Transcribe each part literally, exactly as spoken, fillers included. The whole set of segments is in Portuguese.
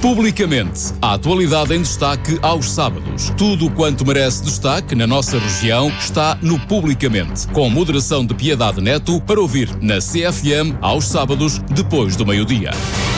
Publicamente, a atualidade em destaque aos sábados. Tudo quanto merece destaque na nossa região está no Publicamente, com moderação de Piedade Neto, para ouvir na C F M aos sábados, depois do meio-dia.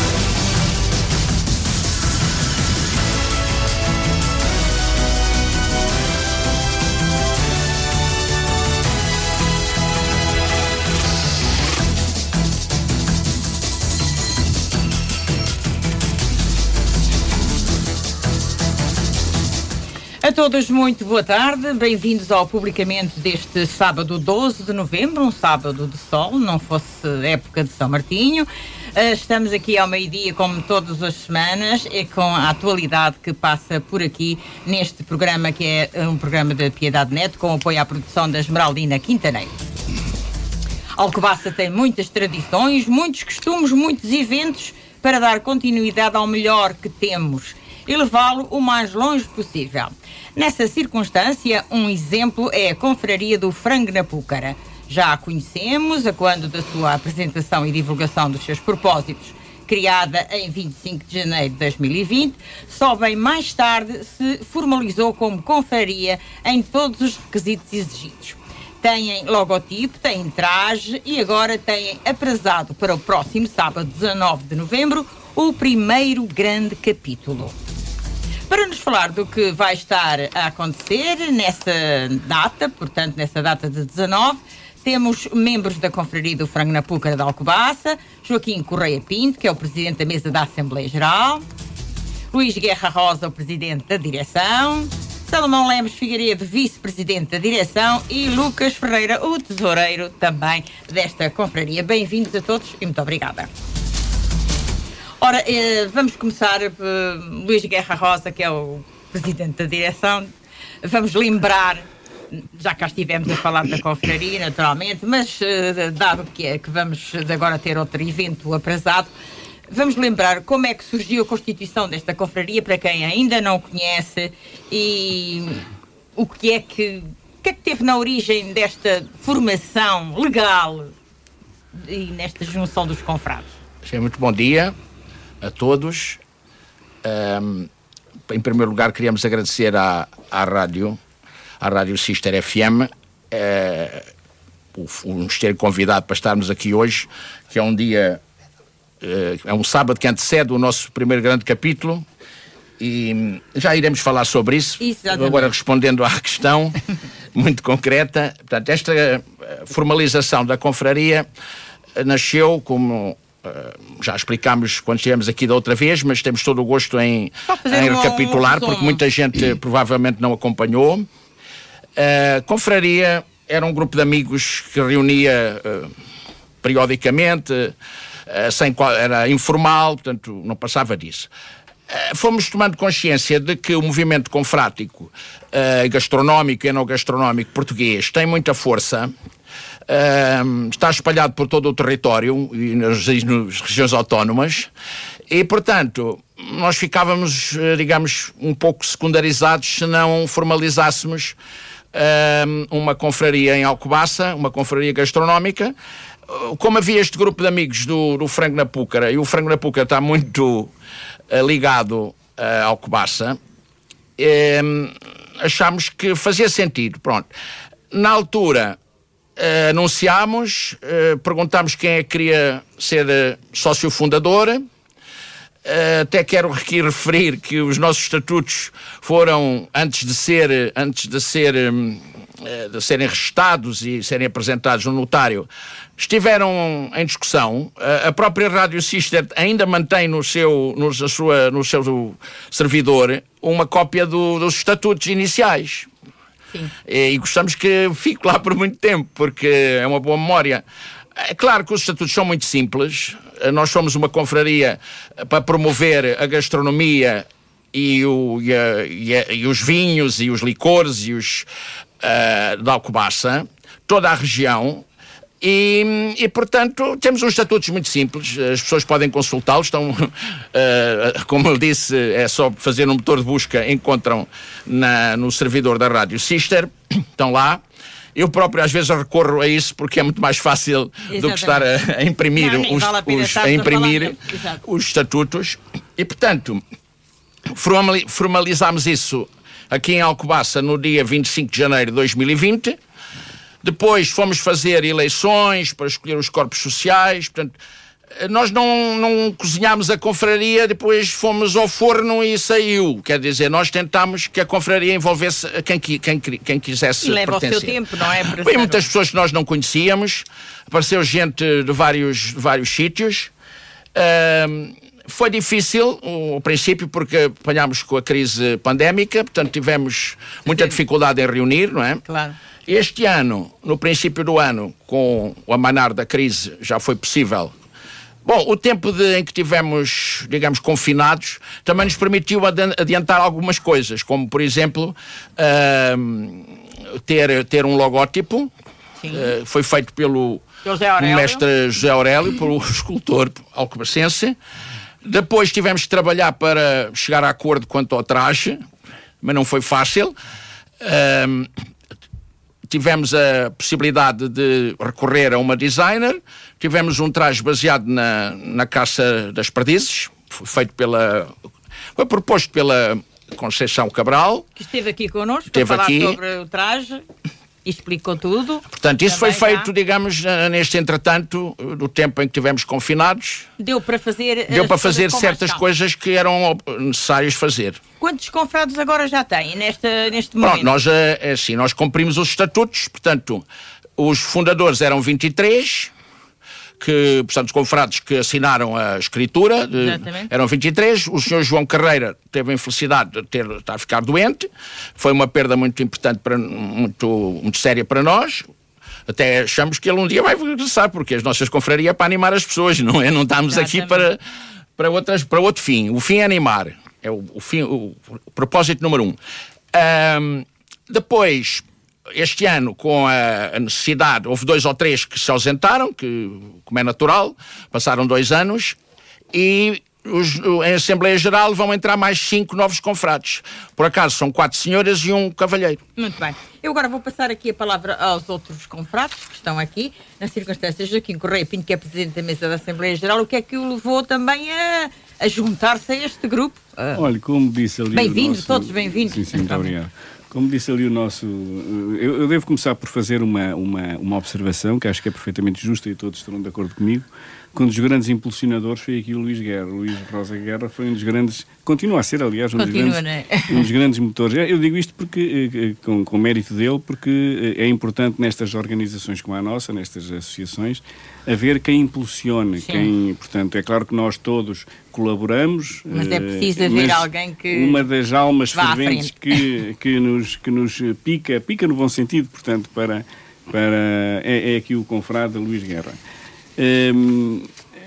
A todos muito boa tarde, bem-vindos ao Publicamente deste sábado doze de novembro, um sábado de sol, não fosse época de São Martinho. Estamos aqui ao meio-dia, como todas as semanas, e com a atualidade que passa por aqui neste programa, que é um programa de Piedade Neto, com apoio à produção da Esmeraldina Quintaneiro. Alcobaça tem muitas tradições, muitos costumes, muitos eventos para dar continuidade ao melhor que temos e levá-lo o mais longe possível. Nessa circunstância, um exemplo é a Confraria do Frango na Púcara. Já a conhecemos a quando da sua apresentação e divulgação dos seus propósitos, criada em vinte e cinco de janeiro de dois mil e vinte, só bem mais tarde se formalizou como confraria em todos os requisitos exigidos. Têm logotipo, têm traje e agora têm aprazado para o próximo sábado, dezanove de novembro, o primeiro grande capítulo. Para nos falar do que vai estar a acontecer nessa data, portanto, nessa data de dezanove, temos membros da Confraria do Frango na Púcara de Alcobaça, Joaquim Correia Pinto, que é o Presidente da Mesa da Assembleia Geral, Luís Guerra Rosa, o Presidente da Direção, Salomão Lemos Figueiredo, Vice-Presidente da Direção, e Lucas Ferreira, o Tesoureiro também desta Confraria. Bem-vindos a todos e muito obrigada. Ora, eh, vamos começar por Luís Guerra Rosa, que é o Presidente da Direção. Vamos lembrar, já cá estivemos a falar da confraria, naturalmente, mas eh, dado que é que vamos agora ter outro evento aprazado, vamos lembrar como é que surgiu a constituição desta confraria, para quem ainda não conhece, e o que é que, o que é que teve na origem desta formação legal e nesta junção dos confrados. Sim, muito bom dia a todos. Um, em primeiro lugar, queríamos agradecer à, à rádio, à Rádio Sister F M, uh, o, o nos ter convidado para estarmos aqui hoje, que é um dia, uh, é um sábado que antecede o nosso primeiro grande capítulo, e já iremos falar sobre isso. Exatamente. Agora, respondendo à questão muito concreta, portanto, esta formalização da confraria nasceu como... Uh, já explicámos quando estivemos aqui da outra vez, mas temos todo o gosto em, em recapitular, porque muita gente provavelmente não acompanhou. A uh, confraria era um grupo de amigos que reunia uh, periodicamente, uh, sem qual, era informal, portanto não passava disso. Uh, fomos tomando consciência de que o movimento confrático, uh, gastronómico e enogastronómico português tem muita força. Uh, está espalhado por todo o território e nas, nas regiões autónomas, e portanto nós ficávamos, digamos, um pouco secundarizados se não formalizássemos uh, uma confraria em Alcobaça, uma confraria gastronómica. Como havia este grupo de amigos do, do Frango na Púcara, e o Frango na Púcara está muito uh, ligado a Alcobaça, uh, achámos que fazia sentido. Pronto, na altura Uh, anunciámos, uh, perguntámos quem é que queria ser uh, sócio fundador. Uh, até quero aqui referir que os nossos estatutos foram, antes de ser, antes de ser, um, uh, de serem registados e serem apresentados no notário, estiveram em discussão. Uh, a própria Rádio Sister ainda mantém no seu, no, a sua, no seu servidor uma cópia do, dos estatutos iniciais. Sim. E, e gostamos que fique lá por muito tempo, porque é uma boa memória. É claro que os estatutos são muito simples. Nós somos uma confraria para promover a gastronomia e, o, e, a, e, a, e os vinhos e os licores e os uh, da Alcobaça, toda a região. E, e, portanto, temos uns estatutos muito simples, as pessoas podem consultá-los, estão, uh, como eu disse, é só fazer um motor de busca, encontram na, no servidor da Rádio Sister, estão lá, eu próprio às vezes recorro a isso porque é muito mais fácil Exatamente. do que estar a, a imprimir, não, os, vale a os, a imprimir a os estatutos. E, portanto, formalizámos isso aqui em Alcobaça no dia vinte e cinco de janeiro de dois mil e vinte. Depois fomos fazer eleições para escolher os corpos sociais. Portanto, nós não, não cozinhámos a confraria, depois fomos ao forno e saiu. Quer dizer, nós tentámos que a confraria envolvesse quem, quem, quem quisesse e leva pertencer. o seu tempo, não é? Foi muitas pessoas que nós não conhecíamos, apareceu gente de vários, vários sítios. Uh, foi difícil ao princípio porque apanhámos com a crise pandémica, portanto tivemos muita Sim. dificuldade em reunir, não é? Claro. Este ano, no princípio do ano, com o amanar da crise, já foi possível. Bom, o tempo de, em que tivemos, digamos, confinados, também nos permitiu adiantar algumas coisas, como, por exemplo, uh, ter, ter um logótipo, uh, foi feito pelo mestre José Aurélio, pelo escultor alcobacense. Depois tivemos que trabalhar para chegar a acordo quanto ao traje, mas não foi fácil. Uh, tivemos a possibilidade de recorrer a uma designer. Tivemos um traje baseado na, na Caça das Perdizes, foi feito pela... foi proposto pela Conceição Cabral. Que esteve aqui connosco para falar aqui. sobre o traje e explicou tudo. Portanto, isso Também foi feito, já. digamos, neste entretanto, do tempo em que estivemos confinados. Deu para fazer... Deu para fazer certas coisas que eram necessárias fazer. Quantos confrados agora já têm nesta, neste momento? Pronto, nós, é assim, nós cumprimos os estatutos, portanto, os fundadores eram vinte e três... que, portanto, os confrados que assinaram a escritura de, eram vinte e três. O senhor João Carreira teve a infelicidade de ter, estar a ficar doente. Foi uma perda muito importante, para, muito, muito séria para nós. Até achamos que ele um dia vai regressar, porque as nossas confrarias é para animar as pessoas, não é? Não estamos Exatamente. aqui para, para, outras, para outro fim. O fim é animar. É o, o, fim, o, o propósito número um. Um depois... Este ano, com a necessidade, houve dois ou três que se ausentaram, que, como é natural, passaram dois anos, e os, em Assembleia Geral vão entrar mais cinco novos confrados. Por acaso, são quatro senhoras e um cavalheiro. Muito bem. Eu agora vou passar aqui a palavra aos outros confrados que estão aqui. Nas circunstâncias, Joaquim Correia Pinto, que é Presidente da Mesa da Assembleia Geral, o que é que o levou também a, a juntar-se a este grupo? Olha, como disse ali... Bem-vindos, nosso... todos bem-vindos. Sim, sim, muito obrigado. Como disse ali o nosso... Eu, eu devo começar por fazer uma, uma, uma observação que acho que é perfeitamente justa e todos estarão de acordo comigo. Um dos grandes impulsionadores foi aqui o Luís Guerra. O Luís Rosa Guerra foi um dos grandes... Continua a ser, aliás, um, Continua, dos, grandes, né? um dos grandes motores. Eu digo isto porque, com, com mérito dele, porque é importante nestas organizações como a nossa, nestas associações, haver quem impulsione, Sim. quem... Portanto, é claro que nós todos colaboramos. Mas é preciso haver alguém que... Uma das almas ferventes que, que, nos, que nos pica, pica no bom sentido, portanto, para... para é, é aqui o confrade Luís Guerra. Um,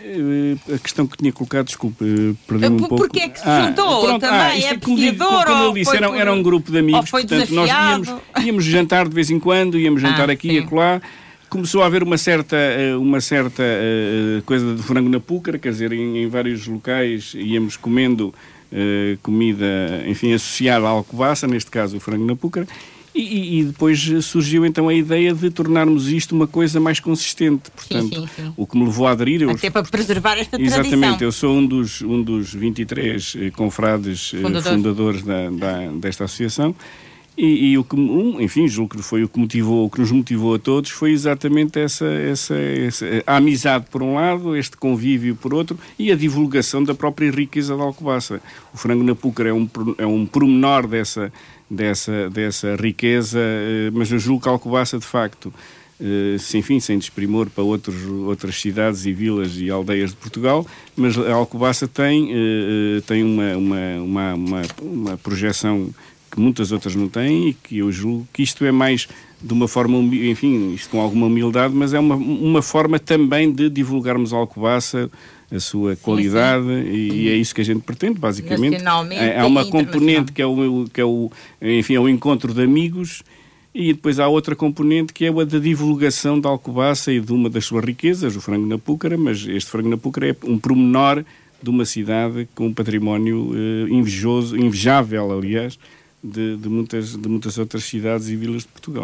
a questão que tinha colocado, desculpe, perdi-me um pouco. Porque é que se juntou? Ah, pronto, também ah, é apreciador? Como eu disse, era, por... era um grupo de amigos, portanto, nós íamos, íamos jantar de vez em quando, íamos jantar ah, aqui e acolá. Começou a haver uma certa, uma certa uh, coisa de frango na púcara, quer dizer, em, em vários locais íamos comendo uh, comida, enfim, associada à Alcobaça, neste caso o frango na púcara. E, e depois surgiu então a ideia de tornarmos isto uma coisa mais consistente. Portanto, sim, sim, sim. O que me levou a aderir... Até eu, para preservar esta tradição. Exatamente, eu sou um dos, um dos vinte e três confrades fundadores, fundadores da, da, desta associação e, e o que, um, enfim, julgo que foi o que, motivou, o que nos motivou a todos foi exatamente essa, essa, essa a amizade por um lado, este convívio por outro e a divulgação da própria riqueza da Alcobaça. O frango na púcara é um, é um pormenor dessa... Dessa, dessa riqueza, mas eu julgo que Alcobaça, de facto, sem, enfim, sem desprimor para outros, outras cidades e vilas e aldeias de Portugal, mas a Alcobaça tem, tem uma, uma, uma, uma, uma projeção que muitas outras não têm e que eu julgo que isto é mais de uma forma, enfim, isto com alguma humildade, mas é uma, uma forma também de divulgarmos a Alcobaça, a sua qualidade, sim, sim. E, e é isso que a gente pretende, basicamente. Há uma componente que é o, que é o, enfim, é o encontro de amigos e depois há outra componente que é a da divulgação da Alcobaça e de uma das suas riquezas, o frango na púcara, mas este frango na púcara é um pormenor de uma cidade com um património eh, invejoso, invejável, aliás, de, de, muitas, de muitas outras cidades e vilas de Portugal.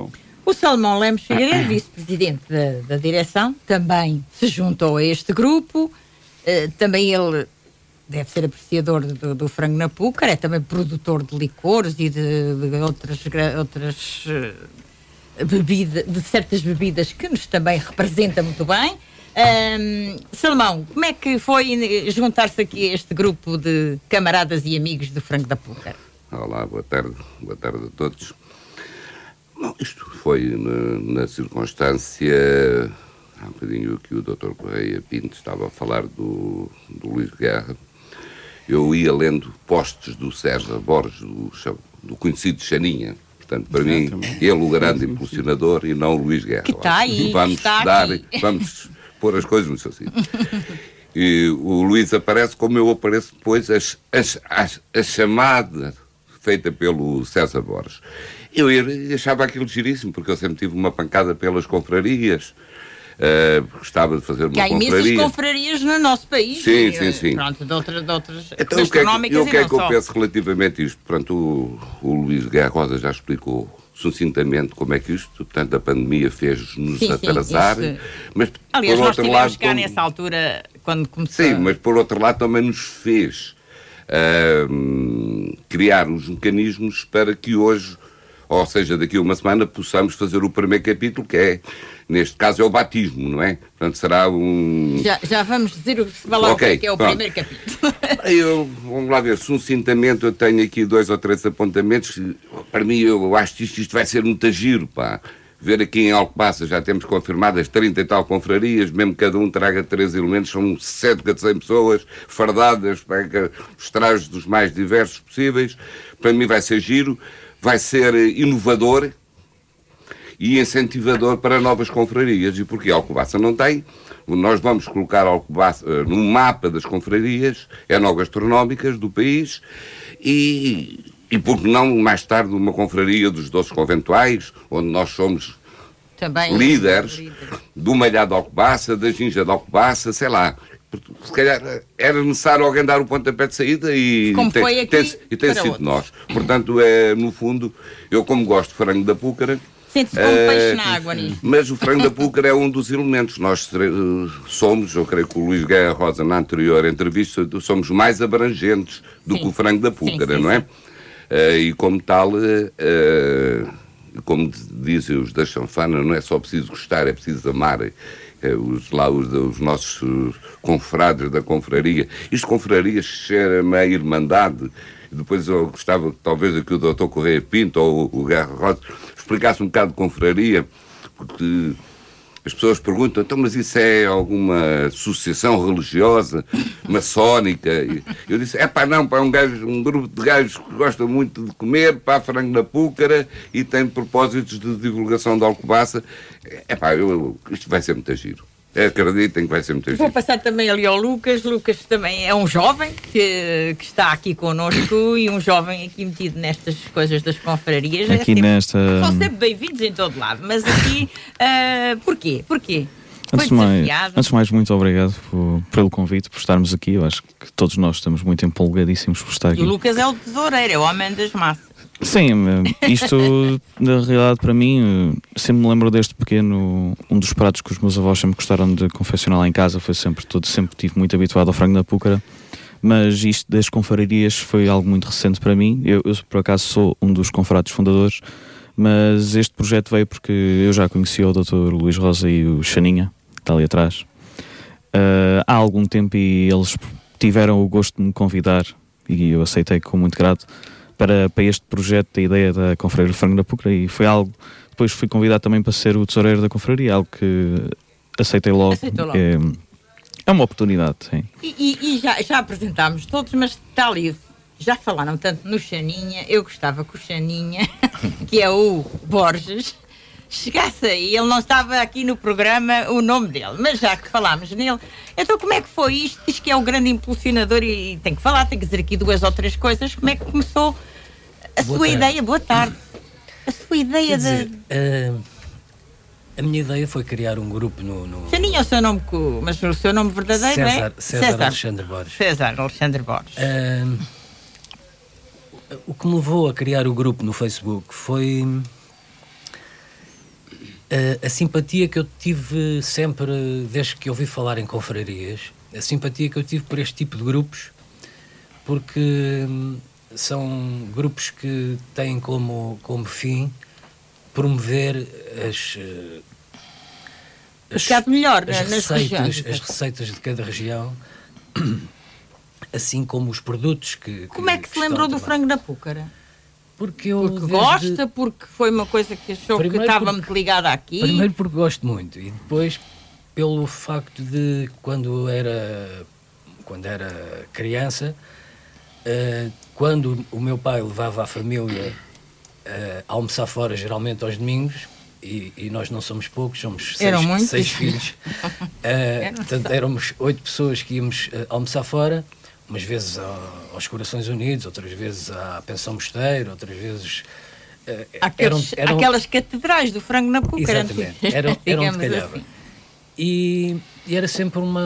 O Salomão Lemos Figueiredo, vice-presidente da, da direção, também se juntou a este grupo. Uh, também ele deve ser apreciador do, do frango na púcara, é também produtor de licores e de, de outras, outras uh, bebidas, de certas bebidas que nos também representa muito bem. Um, Salomão, como é que foi juntar-se aqui a este grupo de camaradas e amigos do frango da púcara? Olá, boa tarde, boa tarde a todos. Bom, isto foi na, na circunstância, há um bocadinho que o doutor Correia Pinto estava a falar do, do Luís Guerra. Eu ia lendo postes do César Borges, do, do conhecido Xaninha. Portanto, para Exatamente. mim, ele o grande impulsionador e não o Luís Guerra. Que está aí, vamos está dar, aqui. Vamos pôr as coisas no seu sítio. E o Luís aparece como eu apareço depois, a, a, a, a chamada feita pelo César Borges. Eu achava aquilo giríssimo, porque eu sempre tive uma pancada pelas confrarias, uh, gostava de fazer uma que há confraria. imensas confrarias no nosso país. Sim, e, sim, sim. Pronto, de, outra, de outras então, gastronómicas. O que é que, eu, que, é que eu penso relativamente a isto? Portanto, o, o Luís Guerra Rosa já explicou sucintamente como é que isto, portanto, a pandemia fez-nos sim, atrasar. Sim, isso... mas, Aliás, nós tivemos lado, cá como... nessa altura, quando começou... Sim, mas por outro lado também nos fez uh, criar os mecanismos para que hoje, ou seja, daqui a uma semana, possamos fazer o primeiro capítulo, que é, neste caso, é o batismo, não é? Portanto, será um... Já, já vamos dizer o que se falar, okay, que é o pronto. primeiro capítulo. Eu, vamos lá ver, sucintamente, eu tenho aqui dois ou três apontamentos. Para mim, eu acho que isto, isto vai ser muito giro, pá. Ver aqui em Alcobaça, já temos confirmadas trinta e tal confrarias, mesmo cada um traga três elementos, são cerca de cem pessoas, fardadas, para os trajes dos mais diversos possíveis. Para mim vai ser giro, vai ser inovador e incentivador para novas confrarias. E porque Alcobaça não tem, nós vamos colocar Alcobaça no mapa das confrarias enogastronómicas do país e... E por que não, mais tarde, uma confraria dos doces conventuais, onde nós somos também líderes, líder. do malhado de Alcobaça, da ginja de Alcobaça, sei lá. Se calhar era necessário alguém dar o pontapé de saída e como tem, foi aqui tem, e tem sido outros. nós. Portanto, é, no fundo, eu como gosto de frango da púcara... Sente-se como uh, peixe na água nisso. Mas o frango da púcara é um dos elementos. Nós uh, somos, eu creio que o Luís Guerra Rosa, na anterior entrevista, somos mais abrangentes do sim. que o frango da púcara, sim, sim, não é? Sim. Uh, e como tal, uh, uh, como dizem os da chanfana, não é só preciso gostar, é preciso amar. Uh, os, lá os, os nossos uh, confrades da confraria. Isto confraria cheira-me a irmandade. Depois eu gostava que talvez aqui o doutor Correia Pinto ou o Guerra Rosa explicasse um bocado de confraria, porque as pessoas perguntam, então, mas isso é alguma associação religiosa, maçónica? E eu disse, é pá, não, pá, um, gajo, um grupo de gajos que gostam muito de comer, pá, frango na púcara e tem propósitos de divulgação de Alcobaça. É pá, eu, isto vai ser muito giro. Acreditem que vai ser muito giro. Vou passar também ali ao Lucas. Lucas também é um jovem que, que está aqui connosco e um jovem aqui metido nestas coisas das confrarias. Aqui é sempre, nesta... São sempre bem-vindos em todo lado, mas aqui, uh, porquê? Porquê? Antes de, mais, antes de mais, muito obrigado por, pelo convite, por estarmos aqui. Eu acho que todos nós estamos muito empolgadíssimos por estar aqui. E o Lucas é o tesoureiro, é o homem das massas. Sim, isto, na realidade, para mim, sempre me lembro deste pequeno... Um dos pratos que os meus avós sempre gostaram de confeccionar lá em casa foi sempre todo, sempre estive muito habituado ao frango na púcara, mas isto das confrarias foi algo muito recente para mim. Eu, eu por acaso, sou um dos confrados fundadores, mas este projeto veio porque eu já conhecia o doutor Luís Rosa e o Xaninha, que está ali atrás, uh, há algum tempo, e eles tiveram o gosto de me convidar, e eu aceitei com muito grato, Para, para este projeto, a ideia da Confraria do Frango da Púcara, e foi algo, depois fui convidado também para ser o tesoureiro da confraria, algo que aceitei logo. logo. É, é uma oportunidade, sim. E, e, e já, já apresentámos todos, mas está ali, já falaram tanto no Xaninha, eu gostava que o Xaninha, que é o Borges, chegasse aí, ele não estava aqui no programa o nome dele, mas já que falámos nele, então como é que foi isto? Diz que é o grande impulsionador e, e tem que falar, tem que dizer aqui duas ou três coisas. Como é que começou a Boa sua tarde. ideia? Boa tarde. A sua ideia Quer dizer, de... Uh, a minha ideia foi criar um grupo no... no... Xaninha é o seu nome, mas o seu nome verdadeiro César, é? César, César Alexandre Borges. César Alexandre Borges. Uh, o que me levou a criar o grupo no Facebook foi... A, a simpatia que eu tive sempre, desde que ouvi falar em confrarias, a simpatia que eu tive por este tipo de grupos, porque são grupos que têm como, como fim promover as, as, as, melhor, as, nas receitas, regiões. as receitas de cada região, assim como os produtos que... Como que, é que se lembrou do frango na púcara? Porque eu porque desde... gosta, porque foi uma coisa que achou primeiro que estava porque, muito ligada aqui? Primeiro porque gosto muito e depois pelo facto de quando era, quando era criança, uh, quando o meu pai levava a família uh, a almoçar fora, geralmente aos domingos, e, e nós não somos poucos, somos seis, seis filhos, uh, portanto éramos oito pessoas que íamos uh, almoçar fora, umas vezes aos Corações Unidos, outras vezes à Pensão Mosteiro, outras vezes... Uh, Aqueles, eram, eram, aquelas catedrais do frango na púcara. Exatamente, eram, eram onde calhava. Assim. E, e era sempre uma,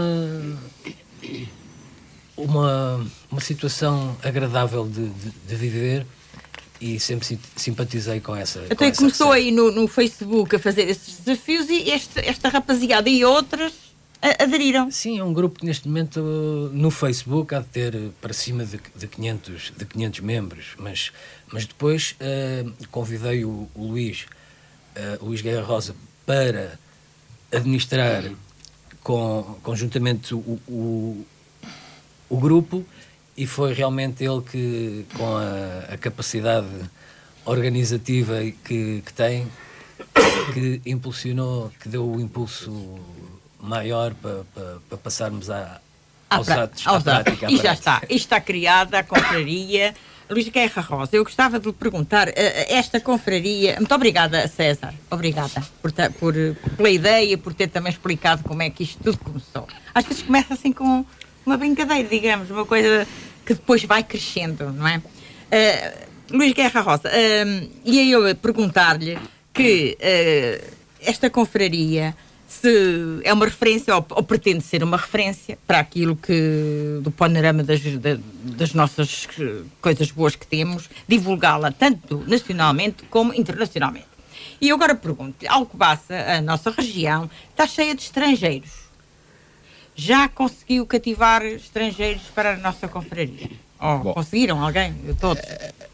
uma, uma situação agradável de, de, de viver e sempre simpatizei com essa Até com essa começou receita. aí no, no Facebook a fazer esses desafios e este, esta rapaziada e outras aderiram. Sim, é um grupo que neste momento no Facebook há de ter para cima de, de, quinhentos, de quinhentos membros, mas, mas depois uh, convidei o, o Luís, uh, Luís Guerra Rosa para administrar com, conjuntamente o, o, o grupo e foi realmente ele que, com a, a capacidade organizativa que, que tem, que impulsionou, que deu o impulso maior para, para, para passarmos a, aos pra, atos, aos à prática. E já está, e está criada a confraria Luís Guerra Rosa. Eu gostava de lhe perguntar, esta confraria, muito obrigada, César, obrigada por, por, pela ideia, por ter também explicado como é que isto tudo começou. Às vezes começa assim com uma brincadeira, digamos, uma coisa que depois vai crescendo, não é? Uh, Luís Guerra Rosa, uh, ia eu perguntar-lhe que uh, esta confraria se é uma referência ou, ou pretende ser uma referência para aquilo que, do panorama das, das nossas coisas boas que temos, divulgá-la tanto nacionalmente como internacionalmente. E eu agora pergunto-lhe, Alcobaça, a nossa região, está cheia de estrangeiros. Já conseguiu cativar estrangeiros para a nossa confraria? Ou Bom, conseguiram alguém? Todos?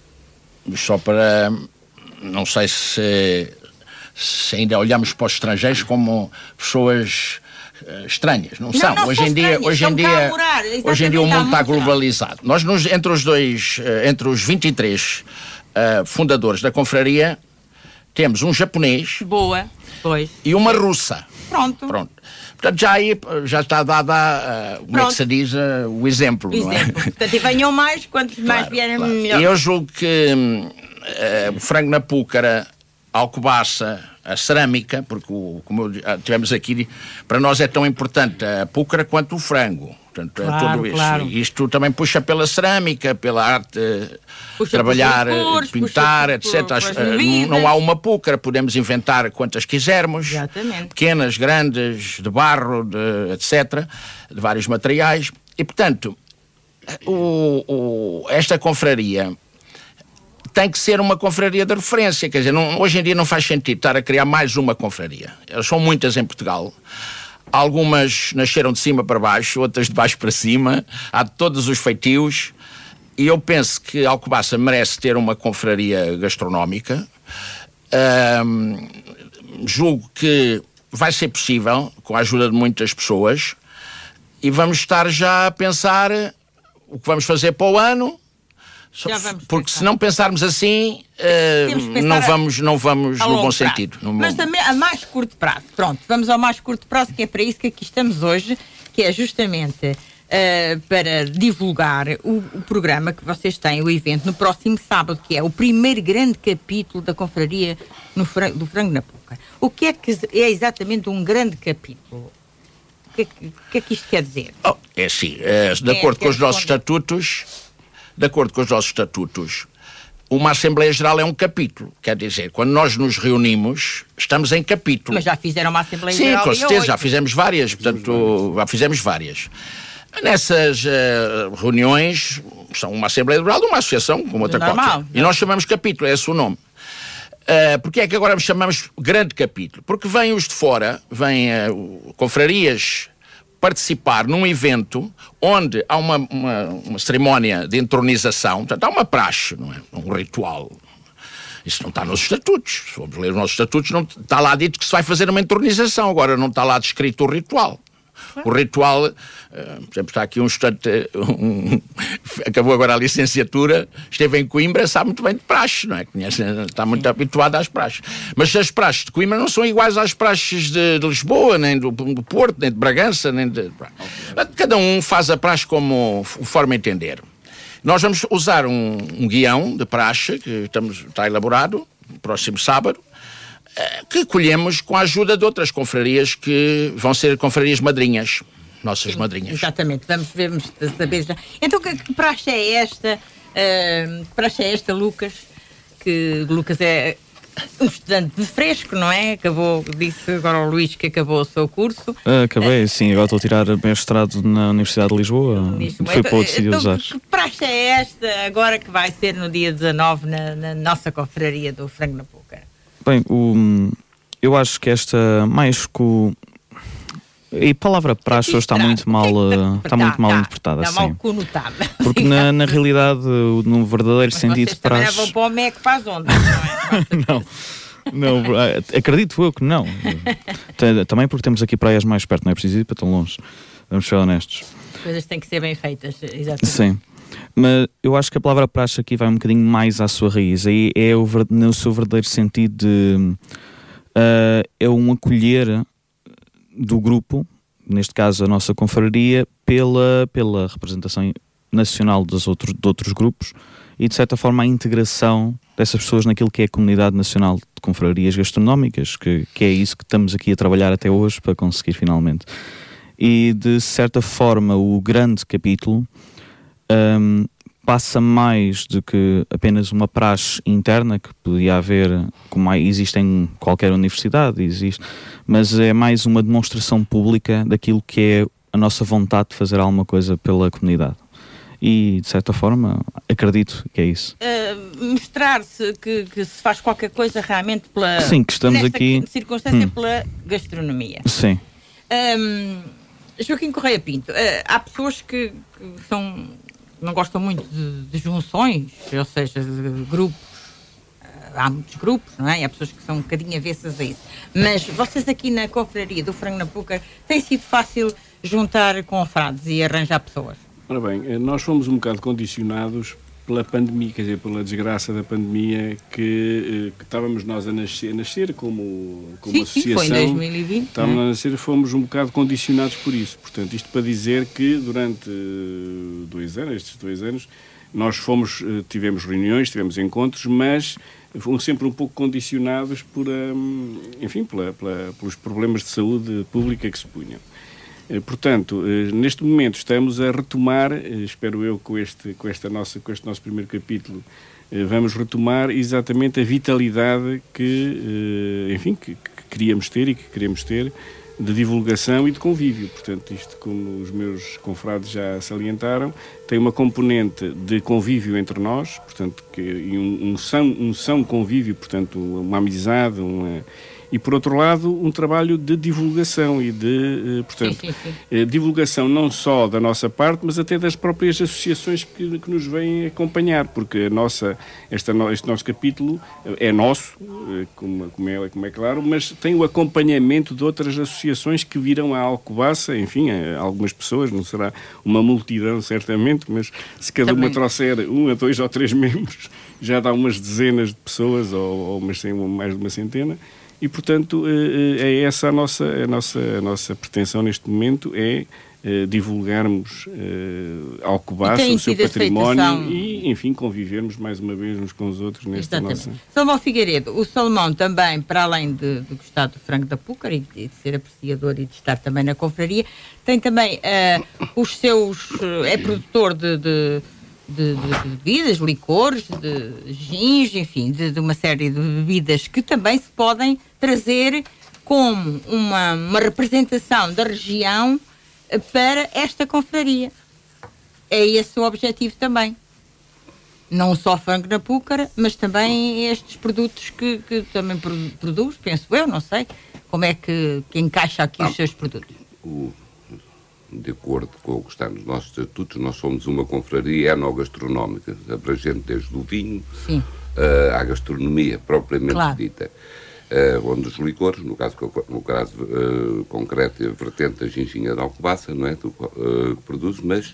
Só para... Não sei se... se ainda olhamos para os estrangeiros como pessoas uh, estranhas, não, não são. Não hoje em dia, hoje em dia, morar, hoje em dia o mundo está globalizado. Nós nos, entre os dois, uh, entre os vinte e três uh, fundadores da confraria, temos um japonês. Boa, pois. E uma russa. Pronto. Pronto. Portanto, já aí já está dada, uh, como Pronto. é que se diz, uh, o exemplo. O exemplo. Não é? Portanto, e venham mais, quantos claro, mais vierem, claro. melhor. E eu julgo que uh, o frango na púcara, a Alcobaça, a cerâmica, porque o, como tivemos aqui, para nós é tão importante a púcara quanto o frango. Portanto, claro, é tudo isso. Claro. E isto também puxa pela cerâmica, pela arte, puxa trabalhar, cores, pintar, puxa etcétera. Não, não há uma púcara, podemos inventar quantas quisermos. Exatamente. Pequenas, grandes, de barro, de, etcétera, de vários materiais. E, portanto, o, o, esta confraria tem que ser uma confraria de referência, quer dizer, não, hoje em dia não faz sentido estar a criar mais uma confraria. São muitas em Portugal. Algumas nasceram de cima para baixo, outras de baixo para cima, há de todos os feitios, e eu penso que Alcobaça merece ter uma confraria gastronómica. Um, julgo que vai ser possível, com a ajuda de muitas pessoas, e vamos estar já a pensar o que vamos fazer para o ano, porque pensar. Se não pensarmos assim, uh, não vamos, não vamos no bom prazo. Sentido. No Mas também a mais curto prazo. Pronto, vamos ao mais curto prazo, que é para isso que aqui estamos hoje, que é justamente uh, para divulgar o, o programa que vocês têm, o evento, no próximo sábado, que é o primeiro grande capítulo da confraria no frango, do Frango na Púcara. O que é que é exatamente um grande capítulo? O que é que, que, é que isto quer dizer? Oh, é assim, é, de é, acordo com os nossos estatutos... De acordo com os nossos estatutos, uma Assembleia Geral é um capítulo. Quer dizer, quando nós nos reunimos, estamos em capítulo. Mas já fizeram uma Assembleia Sim, Geral? Sim, com certeza, já fizemos várias. Portanto, já fizemos várias. Nessas uh, reuniões, são uma Assembleia Geral de uma associação, como outra normal, qualquer. E nós chamamos capítulo, é esse o nome. Uh, porque é que agora chamamos grande capítulo? Porque vêm os de fora, vêm uh, confrarias participar num evento onde há uma, uma, uma cerimónia de entronização, portanto há uma praxe, não é? Um ritual. Isso não está nos estatutos. Se formos ler os nossos estatutos, não está lá dito que se vai fazer uma entronização, agora não está lá descrito o ritual. O ritual, uh, por exemplo, está aqui um estudante, um, acabou agora a licenciatura, esteve em Coimbra, sabe muito bem de praxe, não é? Conhece, está muito Sim. habituado às praxes. Mas as praxes de Coimbra não são iguais às praxes de, de Lisboa, nem do, do Porto, nem de Bragança, nem de... Cada um faz a praxe como forma entender. Nós vamos usar um, um guião de praxe, que estamos, está elaborado, no próximo sábado, que colhemos com a ajuda de outras confrarias que vão ser confrarias madrinhas, nossas Sim, madrinhas. Exatamente, vamos ver, vamos saber já. Então, que, que praxe é esta, uh, que praxe é esta, Lucas? Que Lucas é um estudante de fresco, não é? Acabou, disse agora ao Luís que acabou o seu curso. Ah, acabei, uh, sim, agora estou a tirar mestrado na Universidade de Lisboa. Lisboa. Foi para outro sítio então, usar. Que praxe é esta, agora que vai ser no dia dezanove na, na nossa confraria do Frango na Púcara? Bem, o, eu acho que esta, mais que o... E a palavra praxe hoje está muito mal, está muito mal interpretada. Está mal conotada. Porque na, na realidade, no verdadeiro Mas sentido de praxe... Vocês também vão para o M E C para as ondas, não é? Não, não, acredito eu que não. Também porque temos aqui praias mais perto, não é preciso ir para tão longe. Vamos ser honestos. As coisas têm que ser bem feitas, exatamente. Sim. Mas eu acho que a palavra praxe aqui vai um bocadinho mais à sua raiz. Aí é o, no seu verdadeiro sentido de... Uh, é um acolher do grupo, neste caso a nossa confraria, pela, pela representação nacional dos outros, de outros grupos e, de certa forma, a integração dessas pessoas naquilo que é a comunidade nacional de confrarias gastronómicas, que, que é isso que estamos aqui a trabalhar até hoje para conseguir finalmente. E, de certa forma, o grande capítulo um, passa mais do que apenas uma praxe interna que podia haver, como existe em qualquer universidade, existe, mas é mais uma demonstração pública daquilo que é a nossa vontade de fazer alguma coisa pela comunidade. E, de certa forma, acredito que é isso. Uh, Mostrar-se que, que se faz qualquer coisa realmente pela... Sim, que estamos nesta aqui... circunstância hum. pela gastronomia. Sim. Um, Joaquim Correia Pinto, uh, há pessoas que, que são, não gostam muito de, de junções, ou seja, de grupos. Uh, há muitos grupos, não é? E há pessoas que são um bocadinho avessas a isso. Mas vocês aqui na confraria do Frango na Púcara, tem sido fácil juntar confrades e arranjar pessoas? Ora bem, nós fomos um bocado condicionados pela pandemia, quer dizer, pela desgraça da pandemia, que, que estávamos nós a nascer, a nascer como, como sim, associação. Sim, foi em dois mil e vinte. Estávamos a nascer, fomos um bocado condicionados por isso. Portanto, isto para dizer que durante dois anos, estes dois anos, nós fomos, tivemos reuniões, tivemos encontros, mas fomos sempre um pouco condicionados por, enfim, pela, pela, pelos problemas de saúde pública que se punham. Portanto, neste momento estamos a retomar, espero eu com este, com esta nossa, com este nosso primeiro capítulo, vamos retomar exatamente a vitalidade que, enfim, que, que queríamos ter e que queremos ter de divulgação e de convívio. Portanto, isto, como os meus confrades já salientaram, tem uma componente de convívio entre nós, portanto, que, e um, um, são, um são convívio, portanto, uma amizade, uma... E, por outro lado, um trabalho de divulgação e de, portanto, sim, sim, sim. divulgação não só da nossa parte, mas até das próprias associações que, que nos vêm acompanhar, porque a nossa, esta, este nosso capítulo é nosso, como, como, é, como é claro, mas tem o acompanhamento de outras associações que virão à Alcobaça, enfim, algumas pessoas, não será uma multidão certamente, mas se cada Também. uma trouxer um a dois ou três membros, já dá umas dezenas de pessoas, ou, ou umas, mais de uma centena. E, portanto, é essa a nossa, a nossa, a nossa pretensão neste momento, é divulgarmos Alcobaça, o seu património aceitação... e, enfim, convivermos mais uma vez uns com os outros nesta Exatamente. nossa... Salomão Figueiredo, o Salomão também, para além de, de gostar do frango da Púcara e de, de ser apreciador e de estar também na confraria, tem também uh, os seus... Uh, é produtor de... de De, de, de bebidas, licores, de gins, enfim, de, de uma série de bebidas que também se podem trazer como uma, uma representação da região para esta confraria. É esse o objetivo também. não só frango na púcara, mas também estes produtos que, que também produz, penso eu, não sei, como é que, que encaixa aqui ah, os seus produtos? O, de acordo com o que está nos nossos estatutos, nós somos uma confraria enogastronómica, abrangente desde o vinho uh, à gastronomia propriamente claro. dita. Uh, onde os licores, no caso, no caso uh, concreto, a vertente da ginginha de Alcobaça, não é, do, uh, que produz, mas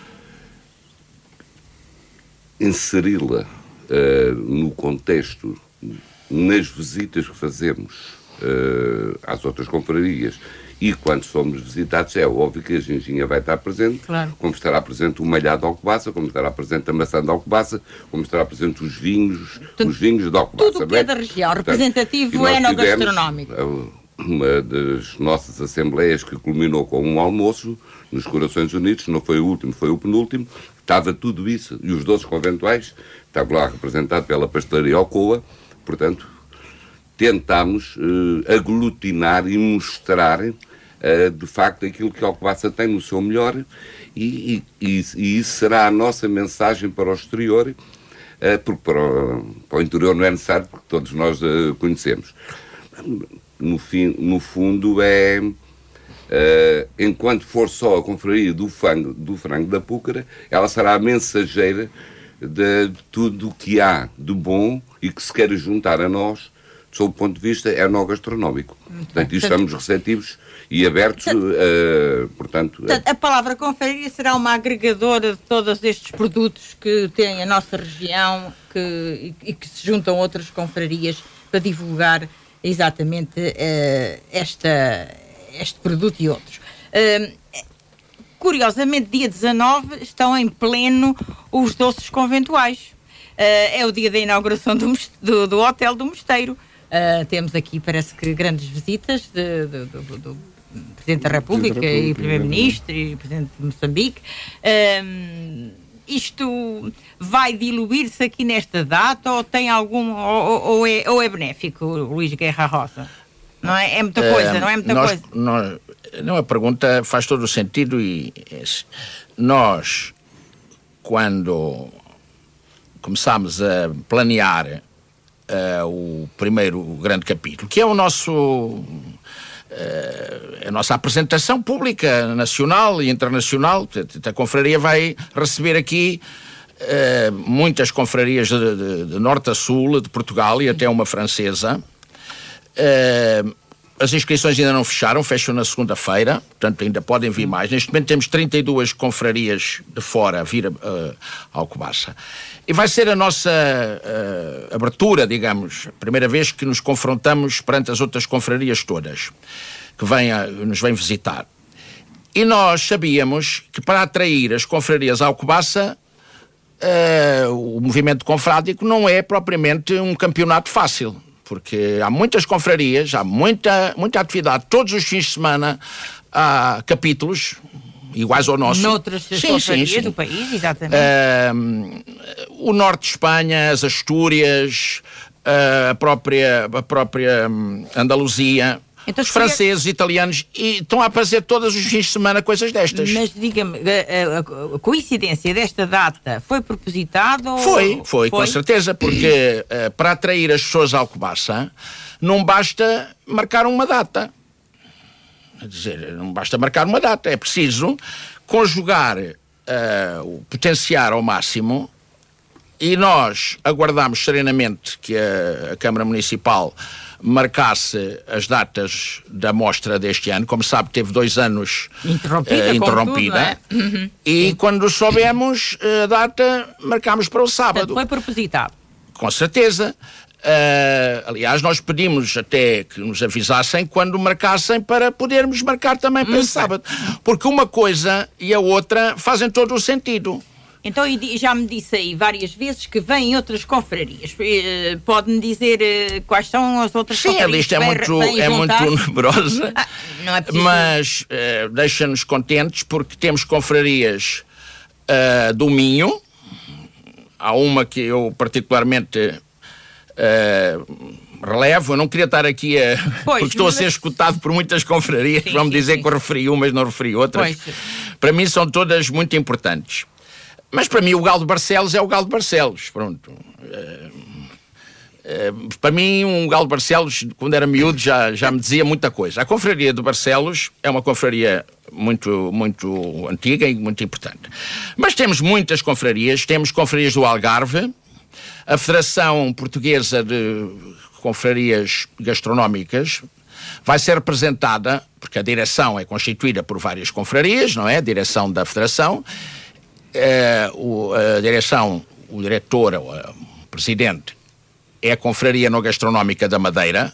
inseri-la uh, no contexto, nas visitas que fazemos uh, às outras confrarias e quando somos visitados, é óbvio que a ginginha vai estar presente, claro. como estará presente o malhado de Alcobaça, como estará presente a maçã de Alcobaça, como estará presente os vinhos, tudo, os vinhos de Alcobaça. Tudo o que é da região, portanto, representativo enogastronómico. Uma das nossas assembleias que culminou com um almoço nos Corações Unidos, não foi o último, foi o penúltimo, estava tudo isso, e os doces conventuais, estava lá representado pela pastelaria Alcoa, portanto, tentámos uh, aglutinar e mostrar Uh, de facto, aquilo que Alcobaça tem no seu melhor e, e, e isso será a nossa mensagem para o exterior, uh, porque para o, para o interior não é necessário, porque todos nós uh, conhecemos. No, fim, no fundo, é uh, enquanto for só a confraria do frango, do frango da Púcara, ela será a mensageira de, de tudo o que há de bom e que se queira juntar a nós, sob o ponto de vista enogastronómico. Portanto, estamos receptivos e abertos, uh, portanto... portanto a palavra confraria será uma agregadora de todos estes produtos que tem a nossa região que, e, e que se juntam a outras confrarias para divulgar exatamente uh, esta, este produto e outros. Uh, curiosamente, dia dezanove estão em pleno os doces conventuais. Uh, é o dia da inauguração do, do, do Hotel do Mosteiro. Uh, temos aqui, parece que, grandes visitas de, de, de, do Presidente da República, República e Primeiro-Ministro e Presidente de Moçambique. Um, isto vai diluir-se aqui nesta data ou tem algum ou, ou, é, ou é benéfico, Luís Guerra Rosa? Não é, é muita coisa, uh, não é muita nós, coisa? Nós, não, a pergunta faz todo o sentido e nós, quando começámos a planear uh, o primeiro grande capítulo, que é o nosso... a nossa apresentação pública, nacional e internacional. A confraria vai receber aqui uh, muitas confrarias de, de, de norte a sul, de Portugal e até uma francesa. Uh, as inscrições ainda não fecharam, fecham na segunda-feira, portanto ainda podem vir mais. Neste momento temos trinta e duas confrarias de fora a vir a, a Alcobaça. E vai ser a nossa uh, abertura, digamos, a primeira vez que nos confrontamos perante as outras confrarias todas, que vêm a, nos vêm visitar. E nós sabíamos que para atrair as confrarias à Alcobaça, uh, o movimento confrádico não é propriamente um campeonato fácil, porque há muitas confrarias, há muita, muita atividade, todos os fins de semana há capítulos iguais ao nosso. Noutras confrarias do país, exatamente. Uh, o norte de Espanha, as Astúrias, uh, a própria, a própria um, Andaluzia, então, os franceses, é... italianos, e estão a fazer todos os fins de semana coisas destas. Mas diga-me, a, a, a coincidência desta data foi propositado? Ou... Foi, foi, foi, com certeza, porque uh, para atrair as pessoas à Alcobaça não basta marcar uma data. Quer dizer, não basta marcar uma data, é preciso conjugar, uh, potenciar ao máximo, e nós aguardamos serenamente que a, a Câmara Municipal marcasse as datas da mostra deste ano. Como sabe, teve dois anos interrompida, uh, interrompida tudo, não é? Uhum. E sim, quando soubemos a data, marcámos para o sábado. Portanto, foi propositado. Com certeza. Uh, aliás, nós pedimos até que nos avisassem quando marcassem para podermos marcar também para hum, esse sábado. Porque uma coisa e a outra fazem todo o sentido. Então, já me disse aí várias vezes que vêm outras confrarias. Pode-me dizer quais são as outras Sim, confrarias? Sim, a lista é muito, é muito numerosa, ah, não é preciso... mas uh, deixa-nos contentes porque temos confrarias uh, do Minho. Há uma que eu particularmente uh, relevo. Eu não queria estar aqui a... Pois, porque estou mas... a ser escutado por muitas confrarias. Vão-me dizer sim, que eu referi umas, não referi outras. Pois. Para mim são todas muito importantes. Mas para mim o Galo de Barcelos é o Galo de Barcelos, pronto. Uh, uh, para mim um Galo de Barcelos, quando era miúdo, já, já me dizia muita coisa. A Confraria de Barcelos é uma confraria muito, muito antiga e muito importante. Mas temos muitas confrarias, temos confrarias do Algarve, a Federação Portuguesa de Confrarias Gastronómicas vai ser representada, porque a direção é constituída por várias confrarias, não é? A direção da Federação, é, o, a direção, o diretor, o, o presidente, é a Confraria No Gastronómica da Madeira,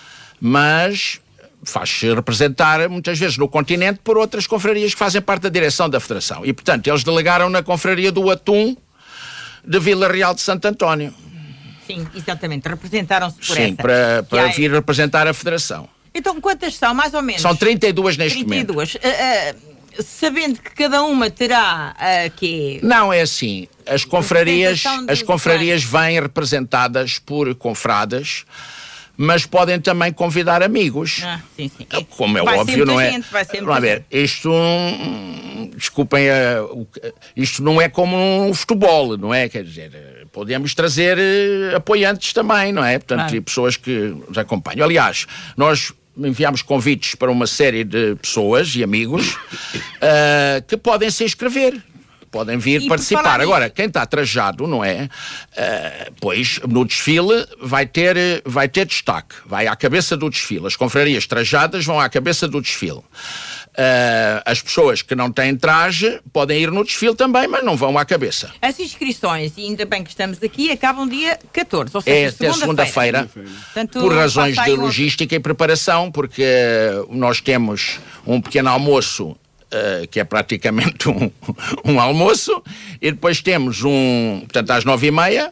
mas faz-se representar muitas vezes no continente por outras confrarias que fazem parte da direção da Federação. E, portanto, eles delegaram na Confraria do Atum de Vila Real de Santo António. Sim, exatamente. Representaram-se por Sim, essa. para, para há... vir representar a Federação. Então, quantas são, mais ou menos? São trinta e duas neste trinta e duas. momento. Uh, uh, sabendo que cada uma terá uh, que Não, é assim. As confrarias, as confrarias vêm representadas por confradas, mas podem também convidar amigos. Ah, sim, sim. Como é vai óbvio, não é? Gente, vai ser Vamos ver, isto, hum, desculpem, uh, isto não é como um futebol, não é? Quer dizer, podemos trazer uh, apoiantes também, não é? Portanto, claro. E pessoas que nos acompanham. Aliás, nós enviámos convites para uma série de pessoas e amigos uh, que podem se inscrever. Podem vir e participar. Agora, quem está trajado, não é? Uh, pois, no desfile vai ter, vai ter destaque. Vai à cabeça do desfile. As confrarias trajadas vão à cabeça do desfile. Uh, as pessoas que não têm traje podem ir no desfile também, mas não vão à cabeça. As inscrições, e ainda bem que estamos aqui, acabam dia catorze, ou seja, é até segunda-feira, segunda por razões de logística e preparação, porque nós temos um pequeno almoço Uh, que é praticamente um, um almoço, e depois temos um, portanto, às nove e meia,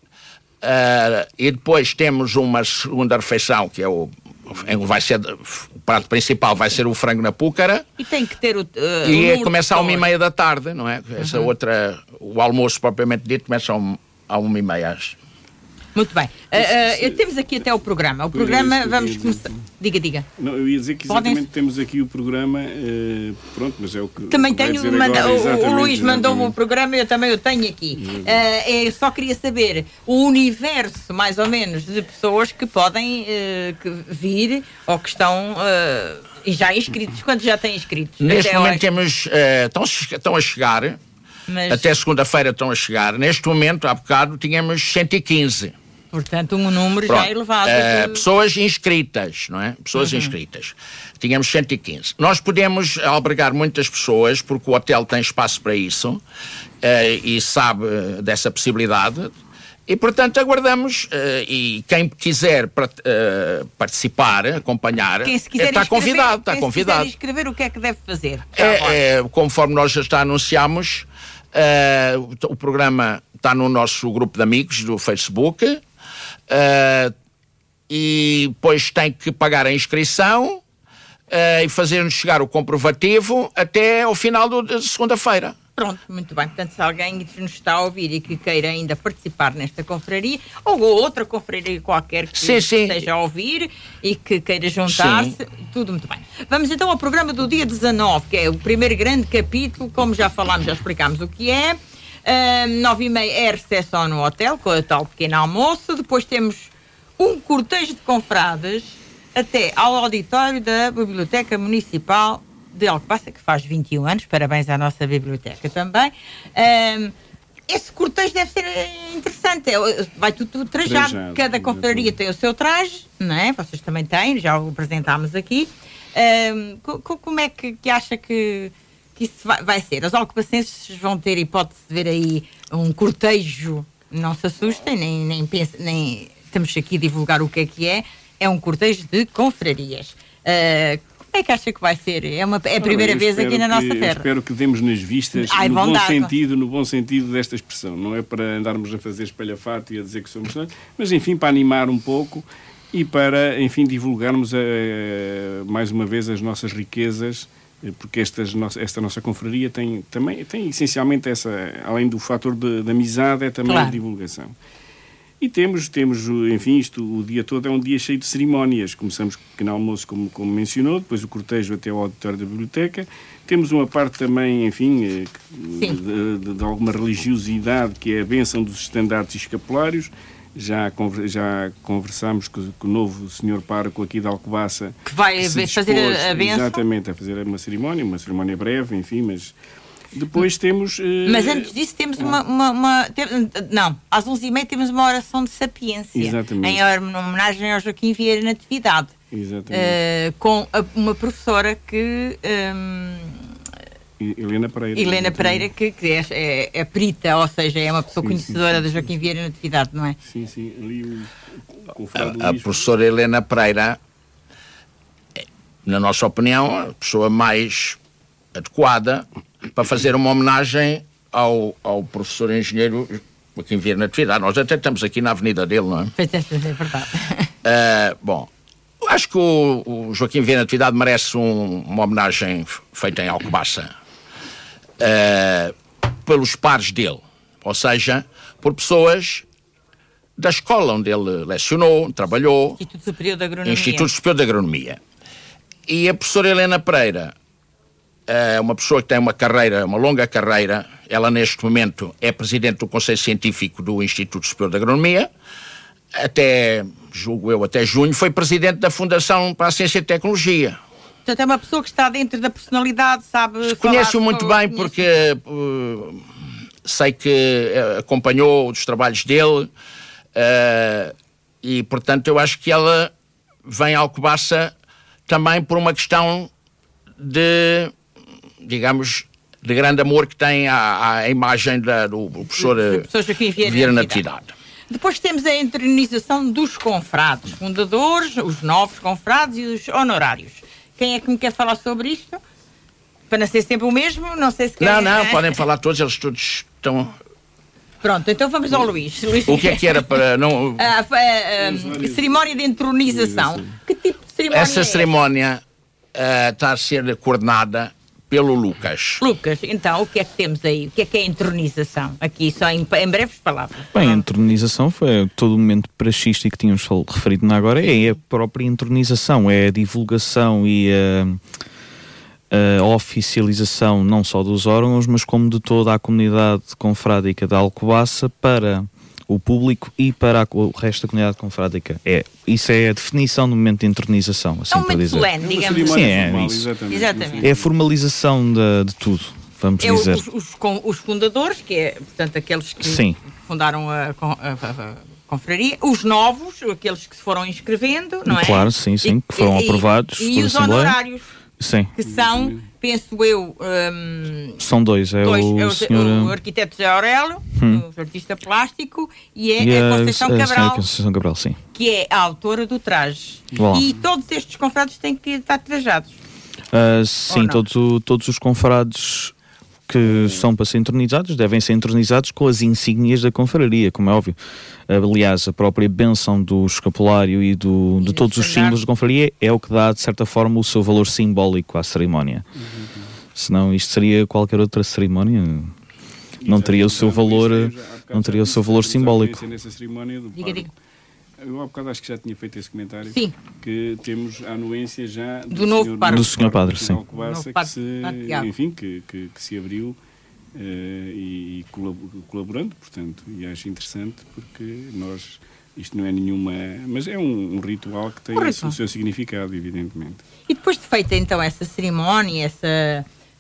uh, e depois temos uma segunda refeição, que é o, vai ser, o prato principal vai ser o frango na púcara. E tem que ter o... Uh, e o começa às uma e meia da tarde, não é? Essa uhum. outra, o almoço propriamente dito, começa às uma e meia. Muito bem. Uh, uh, temos aqui até o programa. O programa, é vamos começar... Diga, diga. Não, eu ia dizer que exatamente Podem... temos aqui o programa, uh, pronto, mas é o que... Também tenho, manda... agora, o, o Luís mandou-me o programa e eu também o tenho aqui. Uh, eu só queria saber o universo, mais ou menos, de pessoas que podem uh, que vir ou que estão... Uh, e já inscritos. Quantos já têm inscritos? Neste até momento hoje? Temos... Uh, estão, estão a chegar, mas... até segunda-feira estão a chegar. Neste momento, há bocado, tínhamos cento e quinze. Portanto, um número Pronto. já elevado. Uh, de... Pessoas inscritas, não é? Pessoas uhum. inscritas. Tínhamos cento e quinze. Nós podemos albergar muitas pessoas, porque o hotel tem espaço para isso, uh, e sabe dessa possibilidade. E, portanto, aguardamos, uh, e quem quiser pra, uh, participar, acompanhar, quem se quiser está convidado. Está quem convidado. Se quiser inscrever, o que é que deve fazer? É, é, conforme nós já está anunciamos, uh, o, o programa está no nosso grupo de amigos do Facebook. Uh, e depois tem que pagar a inscrição uh, e fazer-nos chegar o comprovativo até ao final do, de segunda-feira. Pronto, muito bem. Portanto, se alguém nos está a ouvir e que queira ainda participar nesta confraria, ou outra confraria qualquer que sim, sim. esteja a ouvir e que queira juntar-se, tudo muito bem. Vamos então ao programa do dia dezanove, que é o primeiro grande capítulo, como já falámos, já explicámos o que é. Uh, nove e meia é recepção no hotel, com a tal pequeno almoço. Depois temos um cortejo de confrades até ao auditório da Biblioteca Municipal de Alcobaça, que faz vinte e um anos. Parabéns à nossa biblioteca também. Uh, esse cortejo deve ser interessante. Vai tudo, tudo trajado. trajado. Cada confraria tem o seu traje, não é? Vocês também têm, já o apresentámos aqui. Uh, co como é que, que acha que... que isso vai, vai ser? Os alcobacenses vão ter hipótese de ver aí um cortejo, não se assustem, nem, nem pensem, nem estamos aqui a divulgar o que é que é, é um cortejo de confrarias. Uh, como é que acha que vai ser? É, uma, é a primeira ah, vez aqui na nossa que, terra. Espero que demos nas vistas, Ai, no bom dar, sentido, no bom sentido desta expressão. Não é para andarmos a fazer espalhafato e a dizer que somos nós, mas enfim, para animar um pouco e para, enfim, divulgarmos a, mais uma vez as nossas riquezas, porque estas, esta nossa confraria tem, também, tem essencialmente essa, além do fator de, de amizade, é também claro. a divulgação. E temos, temos, enfim, isto, o dia todo é um dia cheio de cerimónias. Começamos com o pequeno almoço, como, como mencionou, depois o cortejo até ao auditório da biblioteca. Temos uma parte também, enfim, de, de, de alguma religiosidade, que é a bênção dos estandartes e escapulários. Já, já conversámos com, com o novo senhor pároco aqui de Alcobaça. Que vai que dispôs, fazer a bênção? Exatamente, a fazer uma cerimónia, uma cerimónia breve, enfim, mas... Depois temos... Uh... Mas antes disso temos uma... uma, uma tem, não, às onze e meia temos uma oração de sapiência. Exatamente. Em homenagem ao Joaquim Vieira Natividade. Exatamente. Uh, com a, uma professora que... Um, Helena Pereira. Helena Pereira, que, que é, é, é perita, ou seja, é uma pessoa sim, conhecedora da Joaquim Vieira Natividade, não é? Sim, sim. Ali o, o, o a, a professora Helena Pereira, na nossa opinião, a pessoa mais adequada para fazer uma homenagem ao, ao professor engenheiro Joaquim Vieira Natividade. Nós até estamos aqui na avenida dele, não é? Pois é, é verdade. Uh, bom, acho que o, o Joaquim Vieira Natividade merece um, uma homenagem feita em Alcobaça uh, pelos pares dele, ou seja, por pessoas da escola onde ele lecionou, trabalhou. Instituto Superior de Agronomia. Instituto Superior de Agronomia. E a professora Helena Pereira é uma pessoa que tem uma carreira, uma longa carreira. Ela, neste momento, é presidente do Conselho Científico do Instituto Superior de Agronomia. Até, julgo eu, até junho, foi presidente da Fundação para a Ciência e Tecnologia. Portanto, é uma pessoa que está dentro da personalidade, sabe... Conheço-o muito bem porque uh, sei que uh, acompanhou os trabalhos dele uh, e, portanto, eu acho que ela vem a Alcobaça também por uma questão de... digamos, de grande amor que tem à, à imagem da, do professor Vieira Natividade. Depois temos a entronização dos confrades, fundadores, os novos confrades e os honorários. Quem é que me quer falar sobre isto? Para não ser sempre o mesmo, não sei se quer... Não, não, é? Podem falar todos, eles todos estão... Pronto, então vamos ao Luís. Luís. O que é que era para... não? A, a, a, a cerimónia de entronização. Que tipo de cerimónia Essa é cerimónia uh, está a ser coordenada pelo Lucas. Lucas, então, o que é que temos aí? O que é que é a entronização? Aqui, só em, em breves palavras. Bem, a entronização foi todo o momento praxista que tínhamos referido agora, é a própria entronização, é a divulgação e a, a oficialização não só dos órgãos, mas como de toda a comunidade confrádica da Alcobaça para o público e para a, o resto da comunidade confrádica. É, isso é a definição do momento de entronização, assim é um para dizer. Solene, digamos. Sim, é formal, isso. Exatamente. Exatamente. É a formalização de, de tudo, vamos é dizer. Os, os, os fundadores, que é, portanto, aqueles que Sim. fundaram a, a, a, a confraria, os novos, aqueles que se foram inscrevendo, não é? Claro, sim, sim, e, que foram e, aprovados e, por e os Assembleia. honorários. Sim. Que são, penso eu... Um, são dois, é dois, o, é o, senhor... o arquiteto José Aurélio, hum. o artista plástico, e é e a, a Conceição a, Cabral, a Conceição Cabral, sim. que é a autora do traje. Bom. E todos estes confrados têm que estar trajados. Uh, sim, todos, o, todos os confrados que são para ser entronizados devem ser entronizados com as insígnias da confraria, como é óbvio. Aliás, a própria bênção do escapulário e, do, e de todos os símbolos da confraria é o que dá, de certa forma, o seu valor simbólico à cerimónia. Uhum. Senão isto seria qualquer outra cerimónia, não teria o seu valor, não teria o seu valor simbólico. Diga, diga. Eu há bocado acho que já tinha feito esse comentário. Sim. Que temos a anuência já do, do novo padre. Do senhor padre, sim. Alcobaça, que se, enfim, que, que, que se abriu uh, e, e colaborando, portanto, e acho interessante porque nós, isto não é nenhuma, mas é um, um ritual que tem esse, o seu significado, evidentemente. E depois de feita então essa cerimónia, essa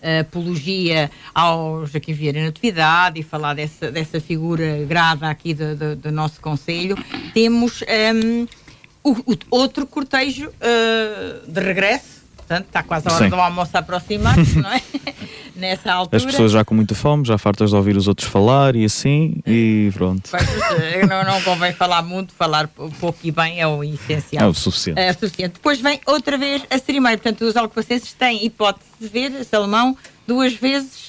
apologia ao Joaquim Vieira Natividade e falar dessa, dessa figura grada aqui do, do, do nosso Conselho, temos um, o, o outro cortejo uh, de regresso. Portanto, está quase a hora Sim. do almoço a aproximar-se, não é? Nessa altura. As pessoas já com muita fome, já fartas de ouvir os outros falar e assim, e pronto. Pois, não, não convém falar muito, falar pouco e bem é o essencial. É o suficiente. É o suficiente. Depois vem outra vez a cerimónia. Portanto, os alcobacenses têm hipótese de ver Salomão duas vezes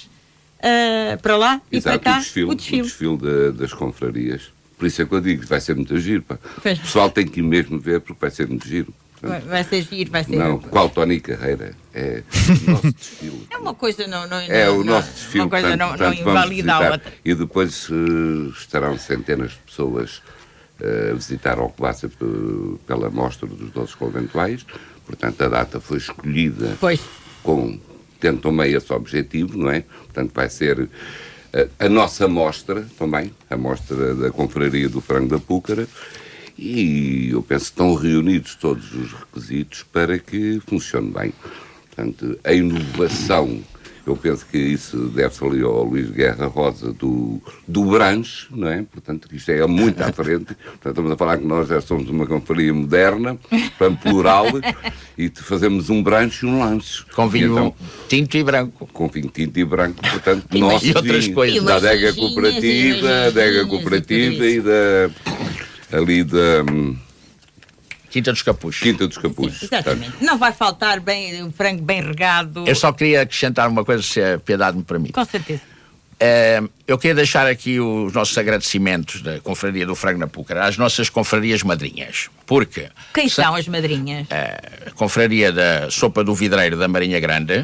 uh, para lá Exato, e para cá. O desfile, o desfile. O desfile de, das confrarias. Por isso é que eu digo, vai ser muito giro. Pá. O pessoal tem que ir mesmo ver porque vai ser muito giro. Vai, vai ser giro, vai ser... Não, qual Tony Carreira? É o nosso desfile. É uma coisa não... não é não, o nosso não, desfile. Uma coisa portanto, não, portanto, não invalida a outra. E depois uh, estarão centenas de pessoas uh, visitar a Alcobaça pela mostra dos doces conventuais. Portanto, a data foi escolhida pois. com, tendo também esse objetivo, não é? Portanto, vai ser a, a nossa mostra também, a mostra da Confraria do Frango da Púcara, e eu penso que estão reunidos todos os requisitos para que funcione bem. Portanto, a inovação, eu penso que isso deve-se ali ao Luís Guerra Rosa do, do Branche, não é? Portanto, isto é muito à frente. Portanto, estamos a falar que nós já somos uma confraria moderna, para plural, e fazemos um branche e um lanche. Com vinho então, tinto e branco. Com vinho tinto e branco, portanto, e nosso e outras vinho, coisas. da adega cooperativa, da adega cooperativa e da... ali da... Quinta dos Capuchos. Quinta dos Capuchos. Sim, exatamente. Portanto, não vai faltar bem, o frango bem regado. Eu só queria acrescentar uma coisa, se a Piedade me permite. Com certeza. Uh, eu queria deixar aqui os nossos agradecimentos da Confraria do Frango na Púcara às nossas confrarias madrinhas. Porque... Quem são as madrinhas? Uh, a Confraria da Sopa do Vidreiro da Marinha Grande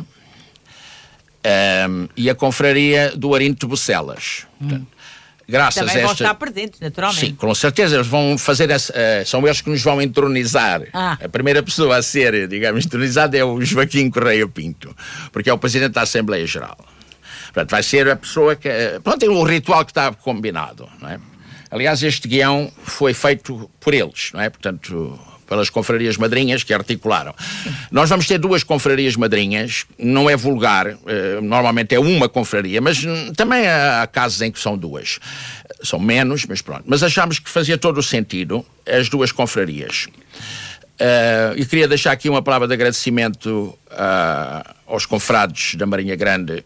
uh, e a Confraria do Arinto de Bucelas. Hum. Portanto, graças também a esta... vão estar presentes, naturalmente. Sim, com certeza, eles vão fazer essa, uh, são eles que nos vão entronizar. Ah. A primeira pessoa a ser, digamos, entronizada é o Joaquim Correia Pinto, porque é o Presidente da Assembleia Geral. Portanto, vai ser a pessoa que... Pronto, tem o ritual que está combinado, não é? Aliás, este guião foi feito por eles, não é? Portanto, pelas confrarias madrinhas que articularam. Nós vamos ter duas confrarias madrinhas, não é vulgar, eh, normalmente é uma confraria, mas hum, também há casos em que são duas. São menos, mas pronto. Mas achámos que fazia todo o sentido as duas confrarias. Uh, e queria deixar aqui uma palavra de agradecimento uh, aos confrades da Marinha Grande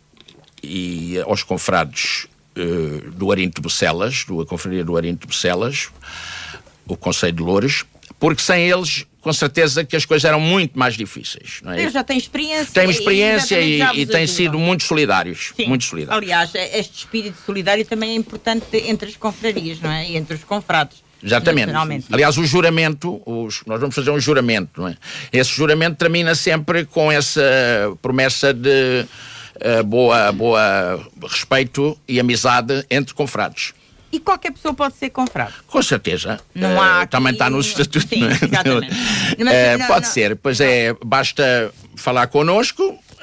e aos confrades uh, do Arinto de Bucelas, da Confraria do Arinto de Bucelas, o Conselho de Loures, porque sem eles, com certeza que as coisas eram muito mais difíceis. Não é? Eles já têm experiência. Têm experiência e, e, e têm ajudam. sido muito solidários. Sim. Muito solidários. Aliás, este espírito solidário também é importante entre as confrarias, não é? E entre os confrades. Exatamente. Aliás, o juramento, os, nós vamos fazer um juramento, não é? Esse juramento termina sempre com essa promessa de uh, boa, boa respeito e amizade entre confrades. E qualquer pessoa pode ser confrade? Com certeza. Não há uh, também está no estatuto. Sim, não é? exatamente. Mas, uh, não, pode não, ser, pois não. é, basta falar connosco,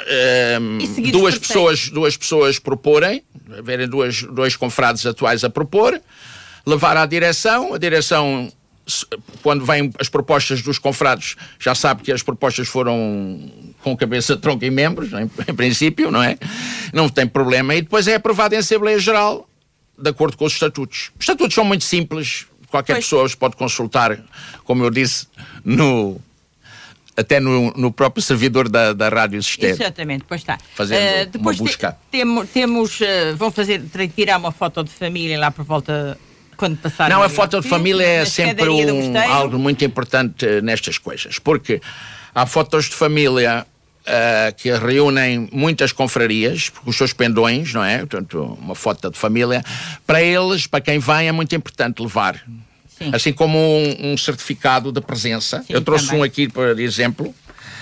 uh, duas pessoas, duas pessoas proporem, haverem duas, dois confrades atuais a propor, levar à direção, a direção, quando vêm as propostas dos confrades, já sabe que as propostas foram com cabeça, tronco e membros, em, em princípio, não é? Não tem problema, e depois é aprovado em Assembleia Geral, de acordo com os estatutos. Os estatutos são muito simples, qualquer pois. pessoa os pode consultar, como eu disse, no... até no, no próprio servidor da, da Rádio Existir. Exatamente, pois está. Fazendo uh, depois uma busca. Te, temo, temos, uh, vão fazer, tirar uma foto de família lá por volta... Quando passar não, a foto de família é sempre um, algo muito importante nestas coisas, porque há fotos de família uh, que reúnem muitas confrarias, os seus pendões, não é? Portanto, uma foto de família. Para eles, para quem vem, é muito importante levar. Sim. Assim como um, um certificado de presença. Sim, eu trouxe também. um aqui, por exemplo.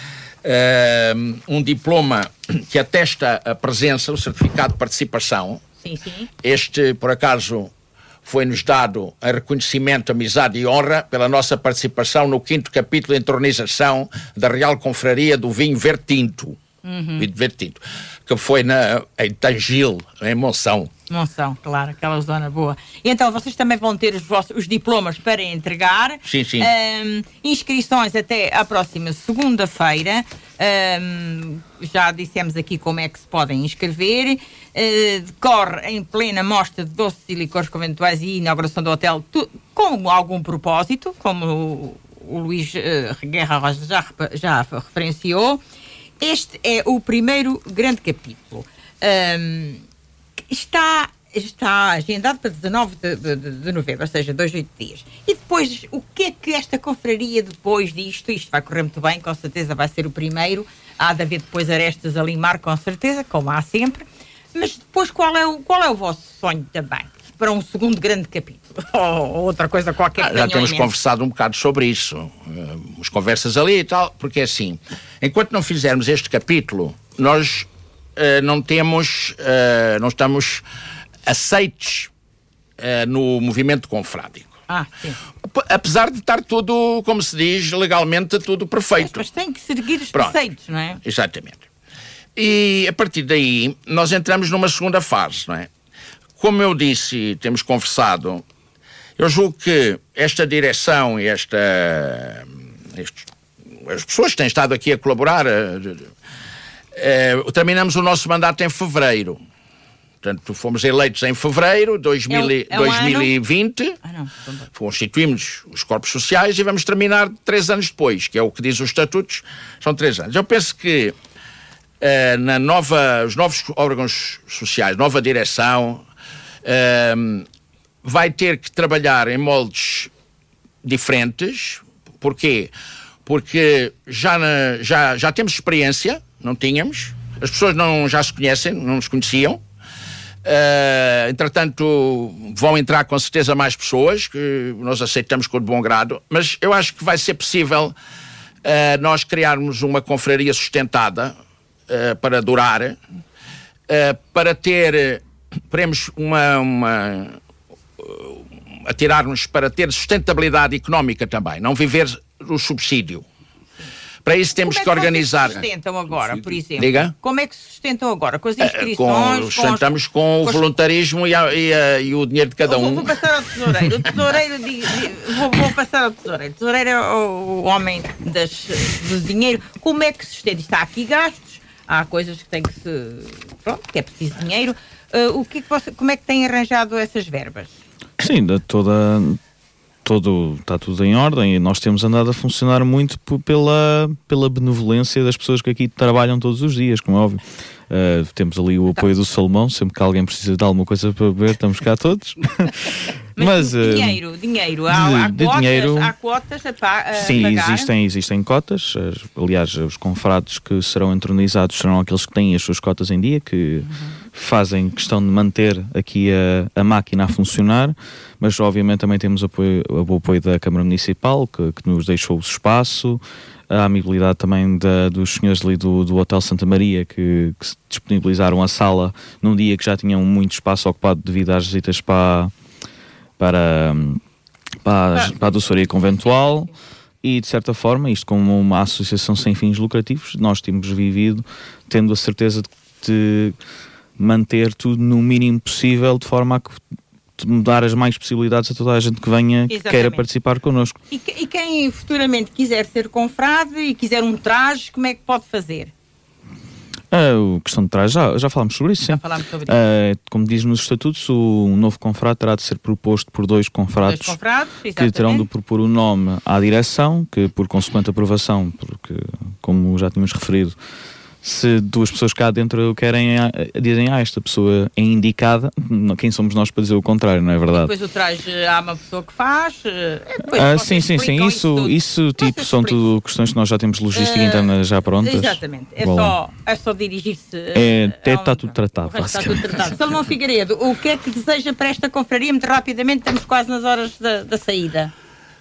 Uh, um diploma que atesta a presença, o certificado de participação. Sim, sim. Este, por acaso... foi-nos dado a reconhecimento, amizade e honra pela nossa participação no quinto capítulo de entronização da Real Confraria do Vinho Verde Tinto, uhum. Vinho Verde Tinto, que foi na, em Tangil, em Monção. Monção, claro, aquela zona boa. E então vocês também vão ter os, vossos, os diplomas para entregar. Sim, sim. Um, inscrições até à próxima segunda-feira. Um, já dissemos aqui como é que se podem inscrever. Uh, decorre em plena mostra de doces e licores conventuais e inauguração do hotel tu, com algum propósito, como o, o Luís uh, Guerra Rosa já, já referenciou. Este é o primeiro grande capítulo. Um, está, está agendado para dezanove de, de, de novembro, ou seja, dois, oito dias. E depois, o que é que esta confraria depois disto, isto vai correr muito bem, com certeza vai ser o primeiro, há de haver depois arestas a limar, com certeza, como há sempre, mas depois qual é o, qual é o vosso sonho também? Para um segundo grande capítulo, ou outra coisa qualquer. Ah, já temos conversado um bocado sobre isso, uh, as conversas ali e tal, porque é assim, enquanto não fizermos este capítulo, nós uh, não temos, uh, não estamos aceites uh, no movimento confrádico. Ah, sim. Apesar de estar tudo, como se diz, legalmente tudo perfeito. Mas, mas tem que seguir os Pronto. preceitos, não é? Exatamente. E a partir daí nós entramos numa segunda fase, não é? Como eu disse e temos conversado, eu julgo que esta direção e esta... Estes, as pessoas que têm estado aqui a colaborar, uh, uh, terminamos o nosso mandato em fevereiro. Portanto, fomos eleitos em fevereiro de dois mil, é um, é um dois mil e vinte, ah, não. Constituímos os corpos sociais e vamos terminar três anos depois, que é o que diz os estatutos, são três anos. Eu penso que uh, na nova, os novos órgãos sociais, nova direção, uh, vai ter que trabalhar em moldes diferentes. Porquê? Porque já, na, já, já temos experiência, não tínhamos, as pessoas não, já se conhecem, não nos conheciam. Uh, entretanto, vão entrar com certeza mais pessoas, que nós aceitamos com de bom grado, mas eu acho que vai ser possível uh, nós criarmos uma confraria sustentada uh, para durar, uh, para ter, teremos uma... uma atirar-nos para ter sustentabilidade económica também, não viver do subsídio. Para isso temos Como é que, que organizar... Como é que se sustentam agora, por exemplo? Diga? Como é que se sustentam agora? Com as inscrições? Com, sustentamos com, com o com voluntarismo e, a, e, a, e o dinheiro de cada vou, um. Vou passar ao tesoureiro. O tesoureiro diz, vou, vou passar ao tesoureiro. O tesoureiro é o, o homem das, do dinheiro. Como é que se sustenta? Está aqui gastos, há coisas que tem que se... Pronto, que é preciso dinheiro. Uh, o que é que você, como é que tem arranjado essas verbas? Sim, toda, todo, está tudo em ordem e nós temos andado a funcionar muito pela, pela benevolência das pessoas que aqui trabalham todos os dias, como é óbvio. Uh, temos ali o apoio do Salomão, sempre que alguém precisa de alguma coisa para beber, estamos cá todos. Mas, Mas dinheiro, uh, dinheiro, há, de, há, de quotas, dinheiro, há quotas a, pa, a sim, pagar? Sim, existem, existem cotas. Aliás, os confrados que serão entronizados serão aqueles que têm as suas cotas em dia, que uhum. fazem questão de manter aqui a, a máquina a funcionar, mas obviamente também temos apoio, o apoio da Câmara Municipal, que, que nos deixou o espaço, a amabilidade também da, dos senhores ali do, do Hotel Santa Maria, que, que disponibilizaram a sala num dia que já tinham muito espaço ocupado devido às visitas para, para, para, a, para a doçaria conventual. E, de certa forma, isto como uma associação sem fins lucrativos, nós temos vivido tendo a certeza de, de manter tudo no mínimo possível, de forma a que dar as mais possibilidades a toda a gente que venha, que queira participar connosco. E, que, e quem futuramente quiser ser confrade e quiser um traje, como é que pode fazer? A questão de traje, já, já falámos sobre isso, já sim. falámos sobre isso. Uh, como diz nos estatutos, o um novo confrade terá de ser proposto por dois confrados, dois confrados que terão de propor o nome à direção, que por consequente aprovação, porque, como já tínhamos referido, se duas pessoas cá dentro querem, dizem, ah, esta pessoa é indicada, quem somos nós para dizer o contrário, não é verdade? Depois o traje, há uma pessoa que faz... Ah, sim, sim, sim, isso, isso tipo, são tudo questões que nós já temos logística uh, interna já prontas. Exatamente, é só, é só dirigir-se... É, até está tudo tratado. Está tudo tratado. Salomão Figueiredo, o que é que deseja para esta confraria? Muito rapidamente, estamos quase nas horas da, da saída.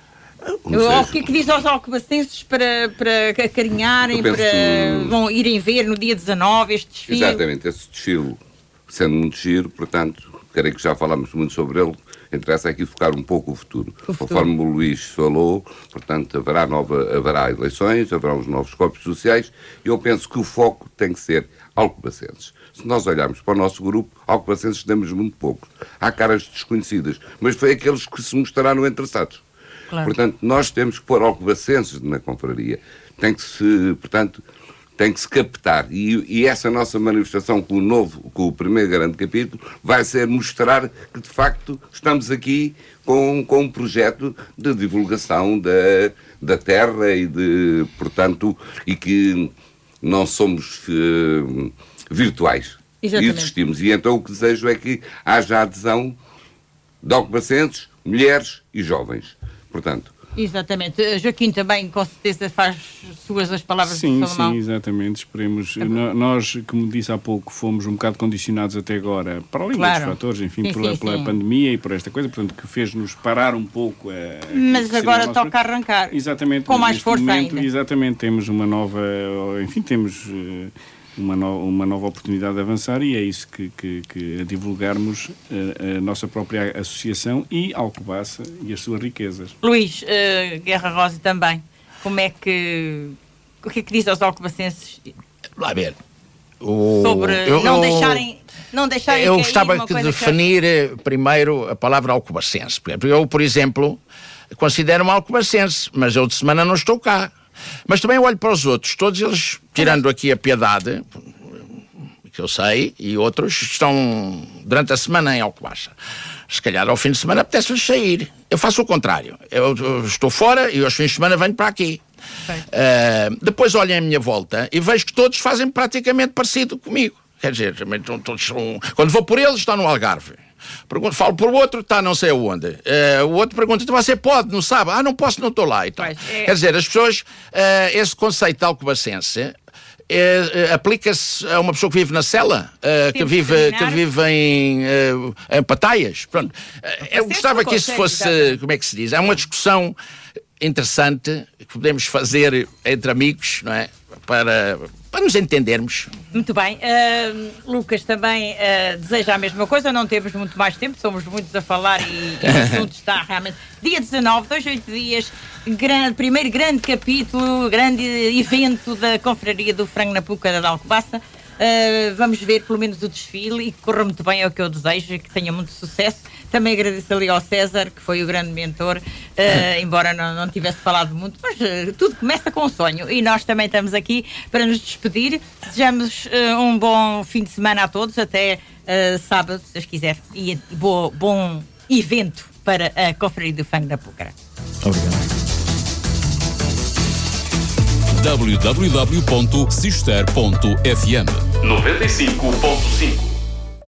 O que é que diz aos alcobacenses para, para acarinharem, para que... vão irem ver no dia dezanove este desfile? Exatamente, esse desfile, sendo muito giro, portanto, creio que já falámos muito sobre ele, interessa aqui focar um pouco o futuro. o futuro. Conforme o Luís falou, portanto, haverá, nova, haverá eleições, haverá os novos corpos sociais, e eu penso que o foco tem que ser alcobacenses. Se nós olharmos para o nosso grupo, alcobacenses temos muito poucos. Há caras desconhecidas, mas foi aqueles que se mostraram interessados. Claro. Portanto, nós temos que pôr alcobacenses na confraria. Tem que se, portanto, tem que se captar. E, e essa nossa manifestação com o novo, com o primeiro grande capítulo, vai ser mostrar que, de facto, estamos aqui com, com um projeto de divulgação da, da terra e de, portanto, e que não somos uh, virtuais. Exatamente. Existimos. E então o que desejo é que haja adesão de alcobacenses, mulheres e jovens. Portanto. Exatamente. Joaquim também, com certeza, faz suas as palavras sim, de Salomão. Sim, exatamente. Esperemos. É nós, como disse há pouco, fomos um bocado condicionados até agora, para além claro. dos fatores, enfim, sim, pela, sim, pela sim. pandemia e por esta coisa, portanto, que fez-nos parar um pouco. A, Mas agora toca arrancar. Exatamente. Com mais força momento, ainda. Exatamente. Temos uma nova. Enfim, temos. uma, no, uma nova oportunidade de avançar, e é isso que, que, que a divulgarmos a, a nossa própria associação e Alcobaça e as suas riquezas. Luís, uh, Guerra Rosa também, como é que, o que é que diz aos alcobacenses? Lá ver. O, sobre eu, não deixarem... Não deixarem eu cair gostava uma de coisa definir que... primeiro a palavra alcobacense. Eu, por exemplo, considero-me alcobacense, mas eu de semana não estou cá. Mas também olho para os outros, todos eles, tirando aqui a Piedade, que eu sei, e outros estão durante a semana em Alcobaça. Se calhar ao fim de semana apetece-lhes sair. Eu faço o contrário. Eu, eu estou fora e aos fins de semana venho para aqui. Uh, depois olhem à minha volta e vejo que todos fazem praticamente parecido comigo. Quer dizer, todos são... quando vou por eles, estão no Algarve. Pergunto, falo por outro, está não sei aonde. Uh, o outro pergunta, então você pode, não sabe? Ah, não posso, não estou lá. Então. Pois, é... Quer dizer, as pessoas, uh, esse conceito de alcobacense uh, aplica-se a uma pessoa que vive na Cela, uh, que, vive, que vive em, uh, em Pataias. Pronto. Uh, eu gostava que isso fosse, exatamente. Como é que se diz? É uma discussão interessante que podemos fazer entre amigos, não é? Para... para nos entendermos. Muito bem. Uh, Lucas também uh, deseja a mesma coisa, não temos muito mais tempo, somos muitos a falar e, e o assunto está realmente... Dia dezanove, dois, oito dias, grande, primeiro grande capítulo, grande evento da Confraria do Frango na Púcara de Alcobaça. Uh, vamos ver pelo menos o desfile e que corra muito bem, é o que eu desejo, que tenha muito sucesso. Também agradeço ali ao César, que foi o grande mentor, uh, embora não, não tivesse falado muito, mas uh, tudo começa com um sonho e nós também estamos aqui para nos despedir. Desejamos uh, um bom fim de semana a todos, até uh, sábado, se Deus quiser, e, e bo, bom evento para a Confraria do Frango da Púcara. Obrigado. w w w ponto cister ponto f m noventa e cinco ponto cinco